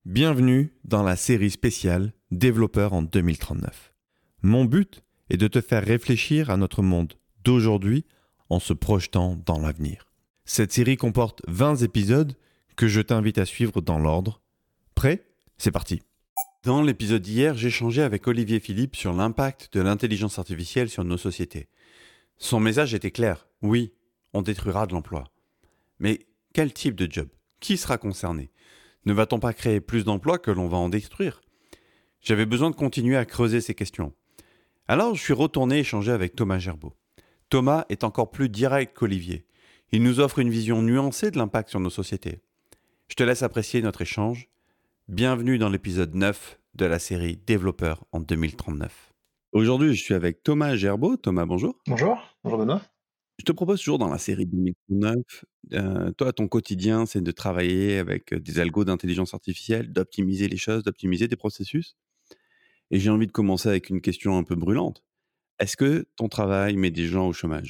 Bienvenue dans la série spéciale Développeurs en 2039. Mon but est de te faire réfléchir à notre monde d'aujourd'hui en se projetant dans l'avenir. Cette série comporte 20 épisodes que je t'invite à suivre dans l'ordre. Prêt ? C'est parti. Dans l'épisode d'hier, j'ai échangé avec Olivier Philippe sur l'impact de l'intelligence artificielle sur nos sociétés. Son message était clair. Oui, on détruira de l'emploi. Mais quel type de job ? Qui sera concerné ? Ne va-t-on pas créer plus d'emplois que l'on va en détruire ? J'avais besoin de continuer à creuser ces questions. Alors je suis retourné échanger avec Thomas Gerbeau. Thomas est encore plus direct qu'Olivier. Il nous offre une vision nuancée de l'impact sur nos sociétés. Je te laisse apprécier notre échange. Bienvenue dans l'épisode 9 de la série Développeurs en 2039. Aujourd'hui, je suis avec Thomas Gerbeau. Thomas, bonjour. Bonjour Benoît. Je te propose toujours dans la série 2009, toi, ton quotidien, c'est de travailler avec des algos d'intelligence artificielle, d'optimiser les choses, d'optimiser des processus. Et j'ai envie de commencer avec une question un peu brûlante. Est-ce que ton travail met des gens au chômage ?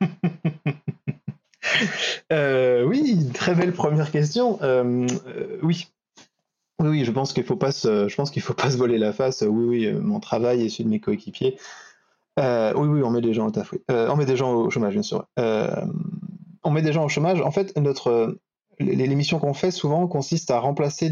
Oui, très belle première question. Oui. Oui, je pense qu'il faut pas se voler la face. Oui, mon travail et celui de mes coéquipiers. Oui, on met des gens au taf. Oui. On met des gens au chômage, bien sûr. On met des gens au chômage. En fait, les missions qu'on fait souvent consistent à remplacer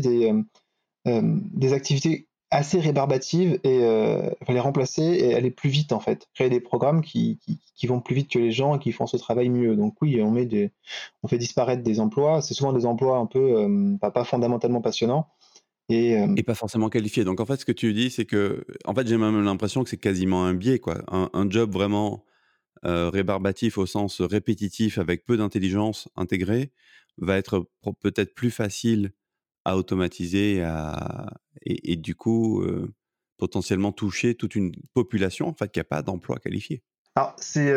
des activités assez rébarbatives et les remplacer et aller plus vite en fait, créer des programmes qui vont plus vite que les gens et qui font ce travail mieux. Donc oui, on fait disparaître des emplois. C'est souvent des emplois un peu pas fondamentalement passionnants. Et Et pas forcément qualifié. Donc en fait, ce que tu dis, c'est que, en fait, j'ai même l'impression que c'est quasiment un biais, quoi. Un job vraiment rébarbatif au sens répétitif, avec peu d'intelligence intégrée, va être peut-être plus facile à automatiser et du coup, potentiellement toucher toute une population en fait, qui a pas d'emploi qualifié. alors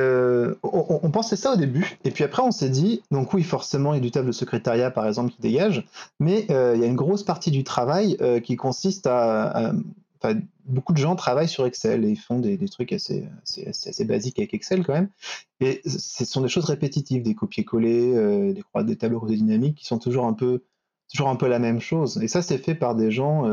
on pensait ça au début, et puis après on s'est dit, donc oui, forcément il y a du taf de secrétariat par exemple qui dégage, mais il y a une grosse partie du travail qui consiste enfin, beaucoup de gens travaillent sur Excel et ils font des trucs assez basiques avec Excel quand même, et ce sont des choses répétitives, des copier-coller, des tableaux dynamiques qui sont toujours un peu la même chose, et ça c'est fait par des gens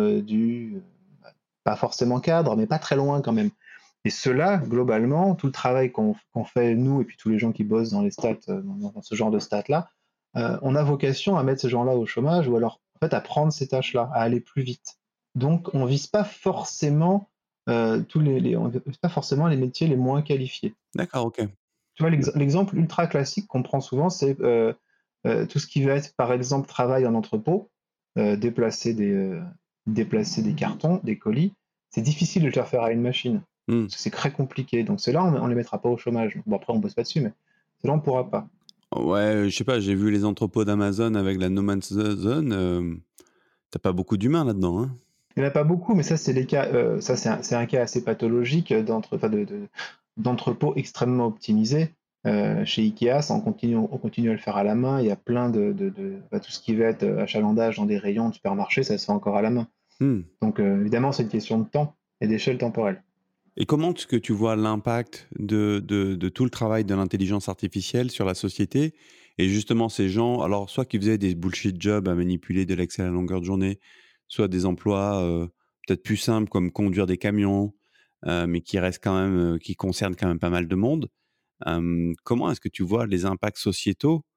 pas forcément cadres, mais pas très loin quand même. Et cela, globalement, tout le travail qu'on fait, nous, et puis tous les gens qui bossent dans les stats, dans ce genre de stats-là, on a vocation à mettre ces gens-là au chômage ou alors, en fait, à prendre ces tâches-là, à aller plus vite. Donc, on vise pas forcément on vise pas forcément les métiers les moins qualifiés. D'accord, OK. Tu vois, l'exemple ultra classique qu'on prend souvent, c'est tout ce qui va être, par exemple, travail en entrepôt, euh, déplacer des, euh, déplacer des cartons, des colis. C'est difficile de le faire à une machine. Mmh. Parce que c'est très compliqué. Donc, ceux-là, on les mettra pas au chômage. Bon, après, on bosse pas dessus, mais ceux-là, on pourra pas. Ouais, je sais pas, j'ai vu les entrepôts d'Amazon avec la No Man's Zone, tu pas beaucoup d'humains là-dedans, hein? Il n'y en a pas beaucoup, mais ça, c'est les cas, ça, c'est un cas assez pathologique d'entrepôts extrêmement optimisés. Chez Ikea, on continue à le faire à la main. Il y a plein tout ce qui va être achalandage dans des rayons de supermarché, ça se fait encore à la main. Mmh. Donc, évidemment, c'est une question de temps et d'échelle temporelle. Et comment est-ce que tu vois l'impact de tout le travail de l'intelligence artificielle sur la société et justement ces gens, alors soit qui faisaient des bullshit jobs à manipuler de l'Excel à longueur de journée, soit des emplois peut-être plus simples comme conduire des camions, mais qui restent quand même, qui concernent quand même pas mal de monde. Comment est-ce que tu vois les impacts sociétaux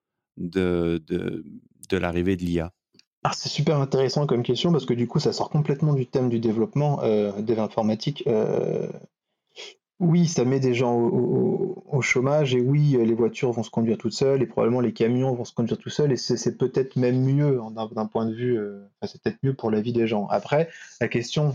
de l'arrivée de l'IA? Ah, c'est super intéressant comme question parce que du coup, ça sort complètement du thème du développement de l'informatique. Oui, ça met des gens au chômage et oui, les voitures vont se conduire toutes seules et probablement les camions vont se conduire tout seuls et c'est peut-être même mieux d'un point de vue, enfin, c'est peut-être mieux pour la vie des gens. Après, la question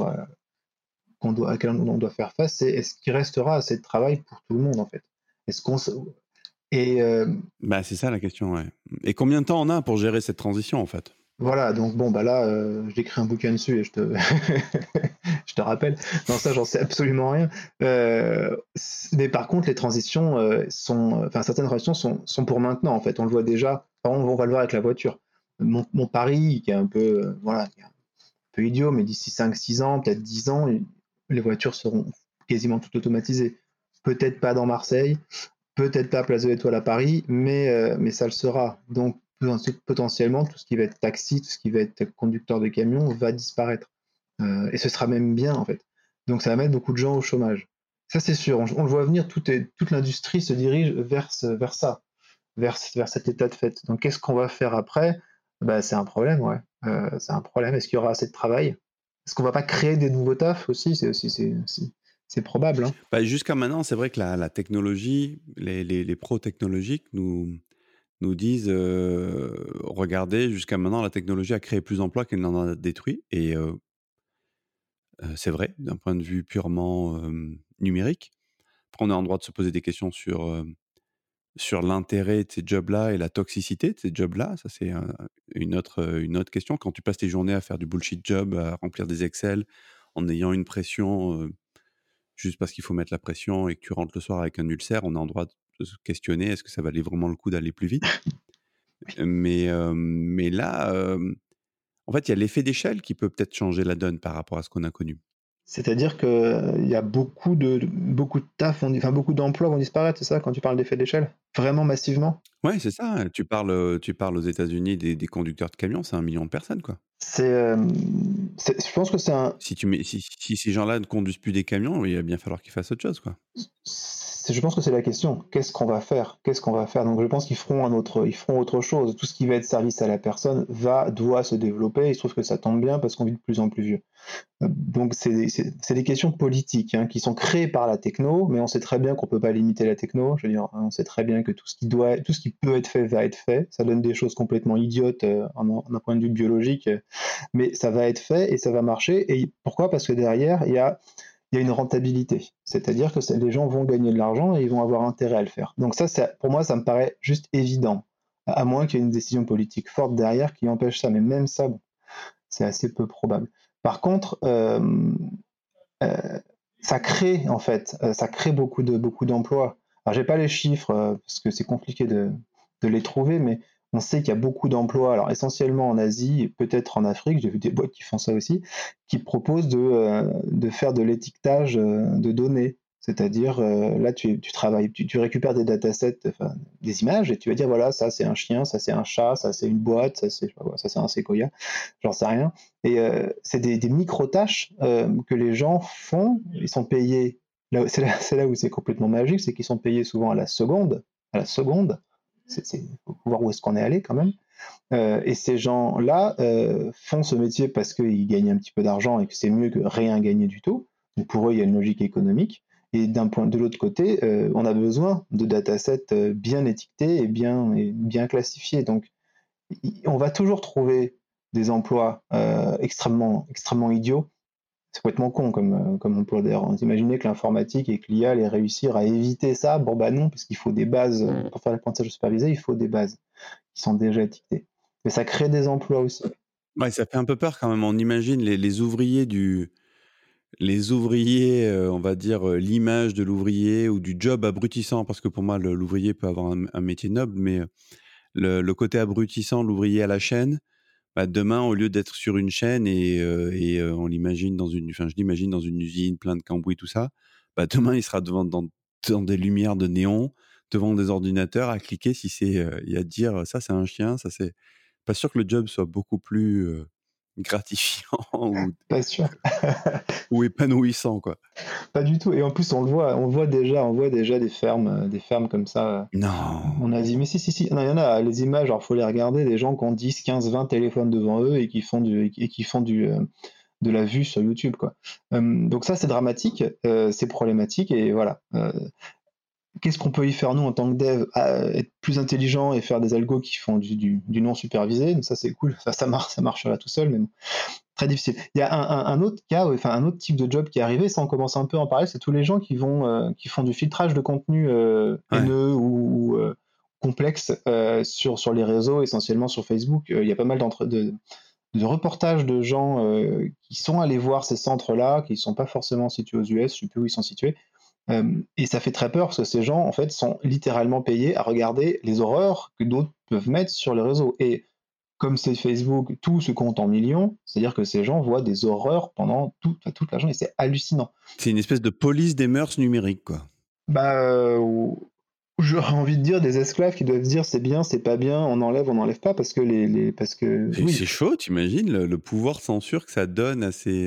à laquelle on doit faire face, c'est est-ce qu'il restera assez de travail pour tout le monde en fait? Est-ce qu'on se- et Bah, c'est ça la question, ouais. Et combien de temps on a pour gérer cette transition en fait? voilà, donc bon, bah là, j'écris un bouquin dessus et je te rappelle. Non, ça, j'en sais absolument rien. Mais par contre, les transitions enfin, certaines transitions sont pour maintenant, en fait. On le voit déjà. Enfin, on va le voir avec la voiture. Mon pari, qui est un peu, voilà, qui est un peu idiot, mais d'ici 5, 6 ans, peut-être 10 ans, les voitures seront quasiment toutes automatisées. Peut-être pas dans Marseille, peut-être pas Place de l'Étoile à Paris, mais ça le sera. Donc, potentiellement, tout ce qui va être taxi, tout ce qui va être conducteur de camion va disparaître. Et ce sera même bien, en fait. Donc ça va mettre beaucoup de gens au chômage. Ça, c'est sûr. On le voit venir, toute l'industrie se dirige vers ça, vers cet état de fait. Donc qu'est-ce qu'on va faire après? Bah, c'est un problème, ouais. C'est un problème. Est-ce qu'il y aura assez de travail? Est-ce qu'on va pas créer des nouveaux tafs aussi? C'est probable, hein. Bah, jusqu'à maintenant, c'est vrai que la technologie, les pros technologiques nous disent, «Regardez, jusqu'à maintenant, la technologie a créé plus d'emplois qu'elle n'en a détruit» et c'est vrai, d'un point de vue purement, numérique. Après, on est en droit de se poser des questions sur l'intérêt de ces jobs-là et la toxicité de ces jobs-là. Ça, c'est, une autre question. Quand tu passes tes journées à faire du bullshit job, à remplir des Excel, en ayant une pression, juste parce qu'il faut mettre la pression et que tu rentres le soir avec un ulcère, on est en droit de se questionner: «Est-ce que ça valait vraiment le coup d'aller plus vite?» Mais là, en fait, il y a l'effet d'échelle qui peut peut-être changer la donne par rapport à ce qu'on a connu. C'est-à-dire qu'il y a beaucoup de taf, enfin beaucoup d'emplois vont disparaître, c'est ça quand tu parles d'effet d'échelle? Vraiment massivement? Ouais, c'est ça, tu parles aux États-Unis des conducteurs de camions, c'est 1 million de personnes, quoi. C'est, je pense que c'est un Si ces gens-là ne conduisent plus des camions, il va bien falloir qu'ils fassent autre chose, quoi. je pense que c'est la question. Qu'est-ce qu'on va faire? Qu'est-ce qu'on va faire? Donc je pense ils feront autre chose. Tout ce qui va être service à la personne doit se développer. Il se trouve que ça tombe bien parce qu'on vit de plus en plus vieux. Donc c'est des questions politiques, hein, qui sont créées par la techno, mais on sait très bien qu'on peut pas limiter la techno. Je veux dire, hein, on sait très bien que tout ce qui peut être fait va être fait. Ça donne des choses complètement idiotes d'un point de vue biologique, mais ça va être fait et ça va marcher. Et pourquoi? Parce que derrière, il y a une rentabilité. C'est-à-dire que les gens vont gagner de l'argent et ils vont avoir intérêt à le faire. Donc ça, pour moi, ça me paraît juste évident, à moins qu'il y ait une décision politique forte derrière qui empêche ça. Mais même ça, bon, c'est assez peu probable. Par contre, ça crée en fait, ça crée beaucoup d'emplois. Alors j'ai pas les chiffres parce que c'est compliqué de les trouver, mais on sait qu'il y a beaucoup d'emplois. Alors essentiellement en Asie, et peut-être en Afrique. J'ai vu des boîtes qui font ça aussi, qui proposent de faire de l'étiquetage de données. C'est-à-dire, là, tu travailles, tu récupères des datasets, enfin, des images, et tu vas dire, voilà, ça c'est un chien, ça c'est un chat, ça c'est une boîte, ça c'est, je sais pas quoi, ça c'est un séquoia, j'en sais rien. Et c'est des micro-tâches que les gens font. Ils sont payés. C'est là où c'est complètement magique, c'est qu'ils sont payés souvent à la seconde. À la seconde. Faut voir où est-ce qu'on est allé quand même. Et ces gens-là font ce métier parce qu'ils gagnent un petit peu d'argent et que c'est mieux que rien gagner du tout. Donc pour eux, il y a une logique économique. Et de l'autre côté, on a besoin de datasets bien étiquetés et bien classifiés. Donc on va toujours trouver des emplois extrêmement idiots. C'est complètement con comme emploi d'ailleurs. Imaginez que l'informatique et que l'IA allait réussir à éviter ça. Bon bah non, parce qu'il faut des bases. Pour faire l'apprentissage supervisé, il faut des bases qui sont déjà étiquetées. Mais ça crée des emplois aussi. Ouais, ça fait un peu peur quand même. On imagine les ouvriers, on va dire, l'image de l'ouvrier ou du job abrutissant, parce que pour moi l'ouvrier peut avoir un métier noble, mais, le côté abrutissant, l'ouvrier à la chaîne, bah, demain au lieu d'être sur une chaîne on l'imagine je l'imagine dans une usine, plein de cambouis, tout ça, bah, demain il sera dans des lumières de néon, devant des ordinateurs à cliquer si c'est, et à dire: «Ça c'est un chien, ça c'est» pas sûr que le job soit beaucoup plus, gratifiant Pas sûr. ou épanouissant, quoi. Pas du tout. Et en plus, on voit déjà des fermes comme ça en Non! Asie. Mais si, si, si. Non, il y en a, les images, alors faut les regarder, des gens qui ont 10, 15, 20 téléphones devant eux et qui font de la vue sur YouTube, quoi. Donc ça, c'est dramatique, c'est problématique et voilà. Qu'est-ce qu'on peut y faire nous en tant que dev? Être plus intelligent et faire des algos qui font du non supervisé, donc ça c'est cool, ça marchera tout seul, mais bon, très difficile. Il y a un autre cas, enfin un autre type de job qui est arrivé, ça on commence un peu à en parler, c'est tous les gens qui font du filtrage de contenu Ouais. haineux ou complexe sur les réseaux, essentiellement sur Facebook. Il y a pas mal de reportages de gens qui sont allés voir ces centres-là, qui ne sont pas forcément situés aux US, je ne sais plus où ils sont situés. Et ça fait très peur parce que ces gens, en fait, sont littéralement payés à regarder les horreurs que d'autres peuvent mettre sur les réseaux. Et comme c'est Facebook, tout se compte en millions, c'est-à-dire que ces gens voient des horreurs pendant toute la journée. C'est hallucinant. C'est une espèce de police des mœurs numériques, quoi. Bah, J'aurais envie de dire des esclaves qui doivent se dire: «C'est bien, c'est pas bien, on n'enlève pas», parce que parce que oui, C'est chaud, t'imagines le pouvoir de censure que ça donne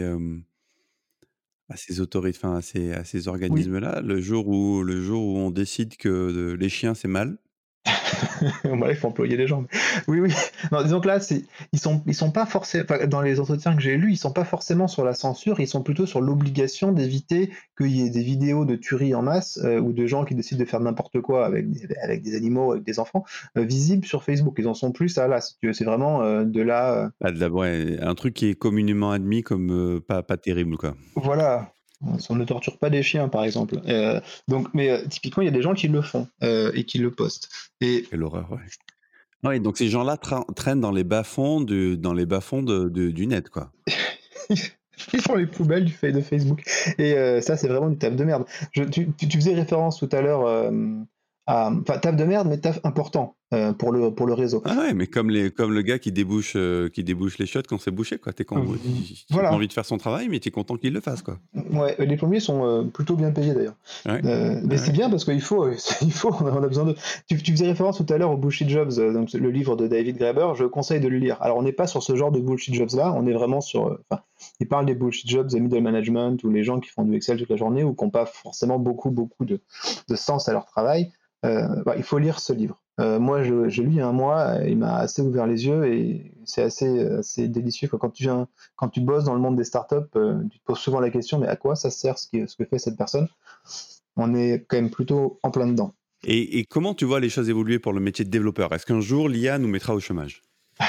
à ces autorités, enfin à ces oui. organismes-là, le jour où on décide que les chiens c'est mal. Bah là, il faut employer les gens. Oui, oui. Non, disons que là, ils sont pas forcément, enfin, dans les entretiens que j'ai lus, ils sont pas forcément sur la censure, ils sont plutôt sur l'obligation d'éviter qu'il y ait des vidéos de tueries en masse, ou de gens qui décident de faire n'importe quoi avec des animaux, avec des enfants, visibles sur Facebook. Ils en sont plus à là, si tu veux. C'est vraiment, de là, Ah de la ouais, un truc qui est communément admis comme, pas terrible quoi. voilà. On ne torture pas des chiens, par exemple. Donc, mais typiquement, il y a des gens qui le font, et qui le postent. Et Quelle horreur, ouais. Ah oui, donc ces gens-là traînent dans les bas-fonds du net quoi. ils font les poubelles de Facebook. Et ça, c'est vraiment du taf de merde. Tu faisais référence tout à l'heure, enfin, taf de merde, mais taf important, pour le réseau. Ah ouais, mais comme le gars qui débouche les chiottes quand c'est bouché quoi. Tu pas Voilà. envie de faire son travail, mais tu es content qu'il le fasse quoi. Ouais, les plombiers sont plutôt bien payés d'ailleurs. Ouais, Mais ouais, c'est ouais. bien parce qu'il faut, il faut, on a besoin de. Tu faisais référence tout à l'heure au Bullshit Jobs, donc le livre de David Graeber, je conseille de le lire. Alors on n'est pas sur ce genre de Bullshit Jobs là, on est vraiment sur. Enfin, il parle des Bullshit Jobs, des middle management, ou les gens qui font du Excel toute la journée ou qui n'ont pas forcément beaucoup de sens à leur travail. Bah, il faut lire ce livre. Moi, j'ai lu il y a un mois, il m'a assez ouvert les yeux et c'est assez délicieux, quoi. Quand tu bosses dans le monde des startups, tu te poses souvent la question, mais à quoi ça sert ce que fait cette personne? On est quand même plutôt en plein dedans. Et comment tu vois les choses évoluer pour le métier de développeur? Est-ce qu'un jour l'IA nous mettra au chômage?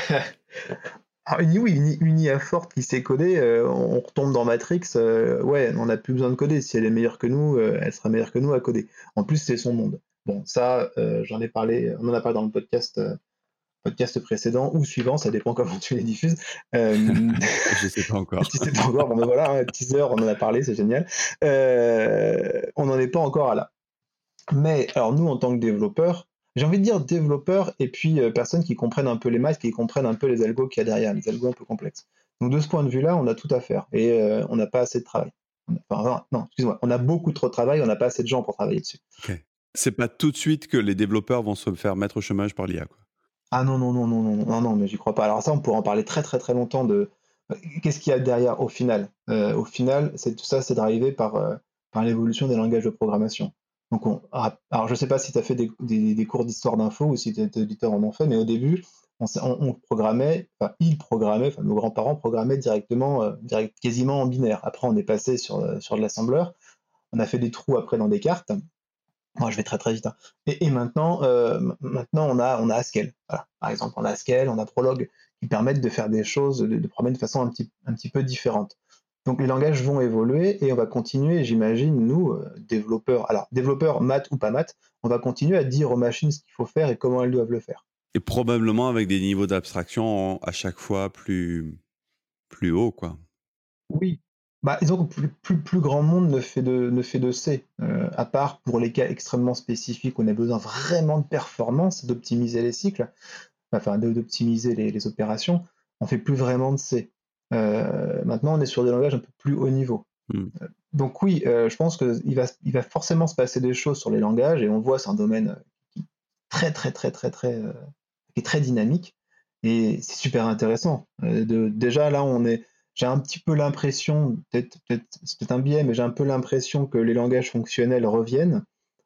Alors, oui, une IA forte qui sait coder, on retombe dans Matrix, ouais, on n'a plus besoin de coder. Si elle est meilleure que nous, elle sera meilleure que nous à coder. En plus, c'est son monde. Bon, ça, j'en ai parlé, on en a parlé dans le podcast précédent ou suivant, ça dépend comment tu les diffuses. Je sais pas encore. Tu sais pas encore, bon ben voilà, hein, teaser, on en a parlé, c'est génial. On n'en est pas encore à là. Mais alors nous, en tant que développeurs, j'ai envie de dire développeurs et puis personnes qui comprennent un peu les maths, qui comprennent un peu les algos qu'il y a derrière, les algos un peu complexes. Donc de ce point de vue-là, on a tout à faire et on n'a pas assez de travail. Enfin, non, excuse-moi, on a beaucoup trop de travail, on n'a pas assez de gens pour travailler dessus. OK. C'est pas tout de suite que les développeurs vont se faire mettre au chômage par l'IA, quoi. Ah non, non, non, non, non, non, non, mais j'y crois pas. Alors ça, on pourrait en parler très, très, très longtemps de qu'est-ce qu'il y a derrière au final. Au final, tout ça, c'est drivé par l'évolution des langages de programmation. Donc, alors je sais pas si tu as fait des cours d'histoire d'info ou si tes auditeurs en ont fait, mais au début, on programmait, enfin, ils programmaient, enfin, nos grands-parents programmaient directement, quasiment en binaire. Après, on est passé sur de l'assembleur. On a fait des trous après dans des cartes. Moi, je vais très très vite, hein. Et maintenant, maintenant on a Haskell. Voilà. Par exemple, on a Haskell, on a Prolog qui permettent de faire des choses, de programmer de façon un petit peu différente. Donc les langages vont évoluer et on va continuer, j'imagine, nous, développeurs, alors développeurs maths ou pas maths, on va continuer à dire aux machines ce qu'il faut faire et comment elles doivent le faire. Et probablement avec des niveaux d'abstraction à chaque fois plus hauts, quoi. Oui. Bah, disons que plus grand monde ne fait de C, à part pour les cas extrêmement spécifiques où on a besoin vraiment de performance, d'optimiser les cycles. Enfin d'optimiser les opérations, on fait plus vraiment de C. Maintenant, on est sur des langages un peu plus haut niveau. Mmh. Donc oui, je pense qu'il va forcément se passer des choses sur les langages, et on voit, c'est un domaine qui est très, très, très, très, très, qui est très dynamique, et c'est super intéressant. Déjà, là, j'ai un petit peu l'impression, c'est peut-être un biais, mais j'ai un peu l'impression que les langages fonctionnels reviennent,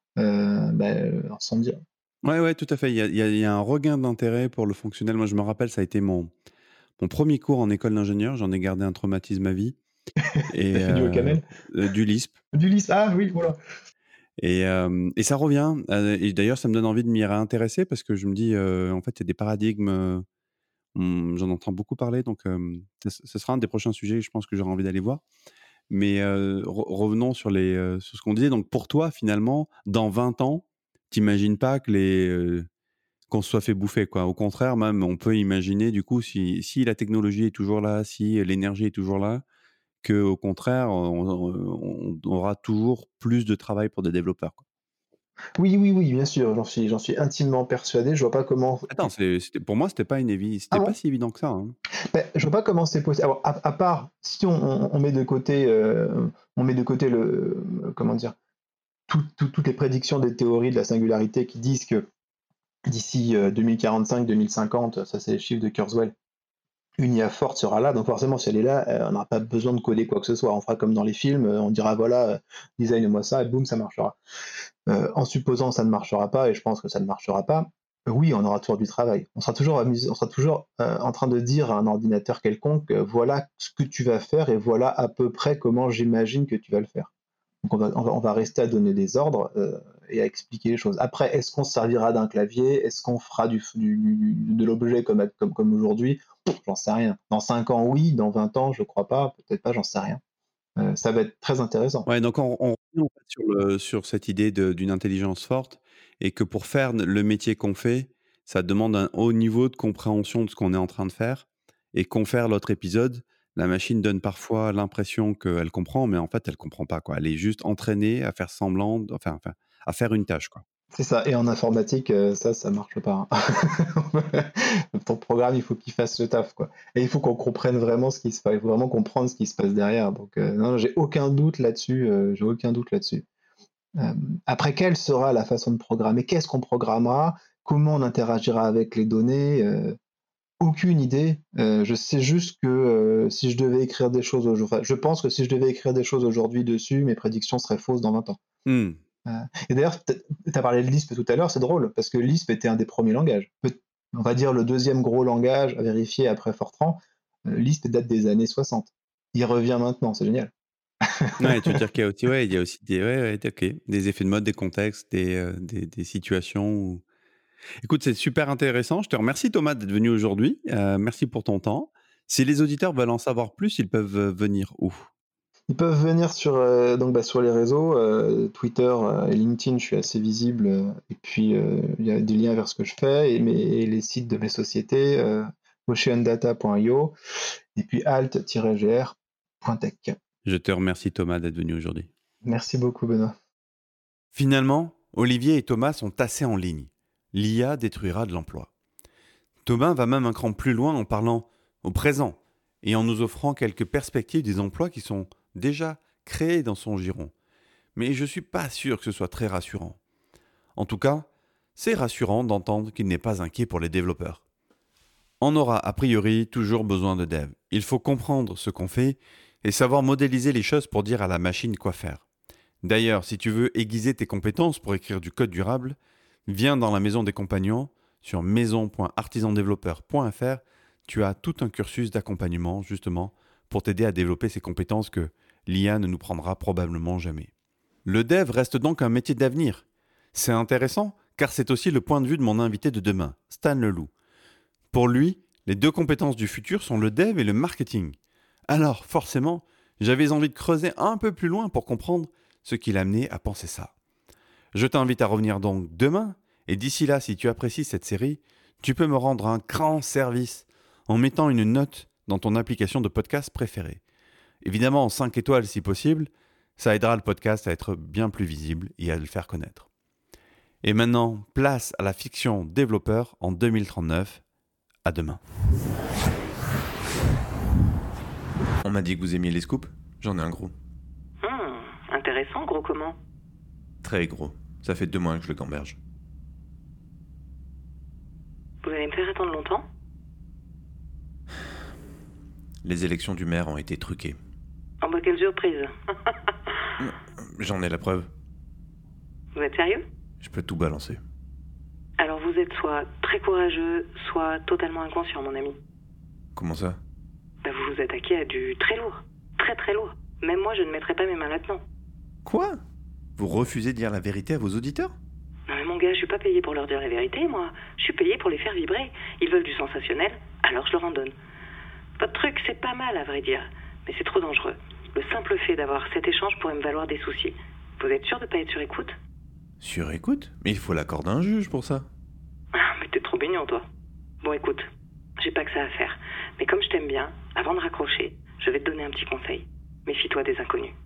sans dire. Ouais, ouais, tout à fait. Il y a un regain d'intérêt pour le fonctionnel. Moi, je me rappelle, ça a été mon premier cours en école d'ingénieur. J'en ai gardé un traumatisme à vie T'as et fait du OCaml? du Lisp. Du Lisp, ah oui, voilà. Et ça revient, et d'ailleurs, ça me donne envie de m'y réintéresser parce que je me dis, en fait, il y a des paradigmes, j'en entends beaucoup parler donc ce sera un des prochains sujets, je pense que j'aurai envie d'aller voir. Mais revenons sur ce qu'on disait. Donc pour toi, finalement, dans 20 ans, t'imagines pas qu'on se soit fait bouffer, quoi. Au contraire, même, on peut imaginer, du coup, si la technologie est toujours là, si l'énergie est toujours là, qu'au contraire, on aura toujours plus de travail pour des développeurs, quoi. Oui, oui, oui, bien sûr, j'en suis intimement persuadé. Je vois pas comment. Attends, pour moi, Ah c'était pas bon? si évident que ça, hein. Je vois pas comment c'est possible. Alors, à part si on met de côté, on met de côté le, comment dire? toutes les prédictions des théories de la singularité qui disent que d'ici 2045-2050, ça c'est les chiffres de Kurzweil, une IA forte sera là, donc forcément si elle est là, on n'aura pas besoin de coder quoi que ce soit, on fera comme dans les films, on dira voilà, design-moi ça, et boum, ça marchera. En supposant que ça ne marchera pas, et je pense que ça ne marchera pas, oui, on aura toujours du travail. On sera toujours en train de dire à un ordinateur quelconque, voilà ce que tu vas faire et voilà à peu près comment j'imagine que tu vas le faire. Donc on va rester à donner des ordres et à expliquer les choses. Après, est-ce qu'on se servira d'un clavier? Est-ce qu'on fera de l'objet comme aujourd'hui? J'en sais rien. Dans 5 ans, oui. Dans 20 ans, je crois pas. Peut-être pas, j'en sais rien. Ça va être très intéressant. Ouais, donc on revient en fait sur cette idée d'une intelligence forte et que pour faire le métier qu'on fait, ça demande un haut niveau de compréhension de ce qu'on est en train de faire et confère l'autre épisode, la machine donne parfois l'impression qu'elle comprend, mais en fait, elle comprend pas, quoi. Elle est juste entraînée à faire semblant à faire une tâche, quoi. C'est ça. Et en informatique, ça marche pas, hein. Ton programme, il faut qu'il fasse le taf, quoi. Et il faut qu'on comprenne vraiment ce qui se passe. Il faut vraiment comprendre ce qui se passe derrière. Donc, non, j'ai aucun doute là-dessus. J'ai aucun doute là-dessus. Après, quelle sera la façon de programmer? Qu'est-ce qu'on programmera? Comment on interagira avec les données? Aucune idée. Je sais juste que si je devais écrire des choses aujourd'hui, je pense que si je devais écrire des choses aujourd'hui dessus, mes prédictions seraient fausses dans 20 ans. Mmh. Et d'ailleurs, tu as parlé de Lisp tout à l'heure, c'est drôle, parce que Lisp était un des premiers langages. On va dire le deuxième gros langage à vérifier après Fortran. Lisp date des années 60. Il revient maintenant, c'est génial. Ouais, tu veux dire qu'il y a aussi il y a aussi des effets de mode, des contextes, des situations où écoute, c'est super intéressant. Je te remercie Thomas d'être venu aujourd'hui. Merci pour ton temps. Si les auditeurs veulent en savoir plus, ils peuvent, venir où? Ils peuvent venir sur les réseaux, Twitter et LinkedIn, je suis assez visible, et puis il y a des liens vers ce que je fais, et les sites de mes sociétés, oceandata.io, et puis alt-gr.tech. Je te remercie Thomas d'être venu aujourd'hui. Merci beaucoup, Benoît. Finalement, Olivier et Thomas sont assez en ligne. L'IA détruira de l'emploi. Thomas va même un cran plus loin en parlant au présent et en nous offrant quelques perspectives des emplois qui sont déjà créés dans son giron. Mais je ne suis pas sûr que ce soit très rassurant. En tout cas, c'est rassurant d'entendre qu'il n'est pas inquiet pour les développeurs. On aura a priori toujours besoin de devs. Il faut comprendre ce qu'on fait et savoir modéliser les choses pour dire à la machine quoi faire. D'ailleurs, si tu veux aiguiser tes compétences pour écrire du code durable, viens dans la maison des compagnons sur maison.artisandéveloppeur.fr. Tu as tout un cursus d'accompagnement justement pour t'aider à développer ces compétences que l'IA ne nous prendra probablement jamais. Le dev reste donc un métier d'avenir. C'est intéressant car c'est aussi le point de vue de mon invité de demain, Stan Leloup. Pour lui, les deux compétences du futur sont le dev et le marketing. Alors, forcément, j'avais envie de creuser un peu plus loin pour comprendre ce qui l'a amené à penser ça. Je t'invite à revenir donc demain, et d'ici là, si tu apprécies cette série, tu peux me rendre un grand service en mettant une note dans ton application de podcast préférée. Évidemment, 5 étoiles si possible, ça aidera le podcast à être bien plus visible et à le faire connaître. Et maintenant, place à la fiction développeur en 2039. À demain. On m'a dit que vous aimiez les scoops. J'en ai un gros. Intéressant, gros comment? Très gros. Ça fait 2 mois que je le gamberge. Vous allez me faire attendre longtemps? Les élections du maire ont été truquées. Oh bah quelle surprise. J'en ai la preuve. Vous êtes sérieux? Je peux tout balancer. Alors vous êtes soit très courageux, soit totalement inconscient, mon ami. Comment ça? Bah vous vous attaquez à du très lourd. Très très lourd. Même moi, je ne mettrai pas mes mains là-dedans. Quoi? Vous refusez de dire la vérité à vos auditeurs? Non mais mon gars, je suis pas payé pour leur dire la vérité, moi. Je suis payé pour les faire vibrer. Ils veulent du sensationnel, alors je leur en donne. Votre truc, c'est pas mal, à vrai dire. Mais c'est trop dangereux. Le simple fait d'avoir cet échange pourrait me valoir des soucis. Vous êtes sûr de pas être sur écoute? Sur écoute? Mais il faut l'accord d'un juge pour ça. Ah, mais t'es trop mignon, toi. Bon, écoute, j'ai pas que ça à faire. Mais comme je t'aime bien, avant de raccrocher, je vais te donner un petit conseil. Méfie-toi des inconnus.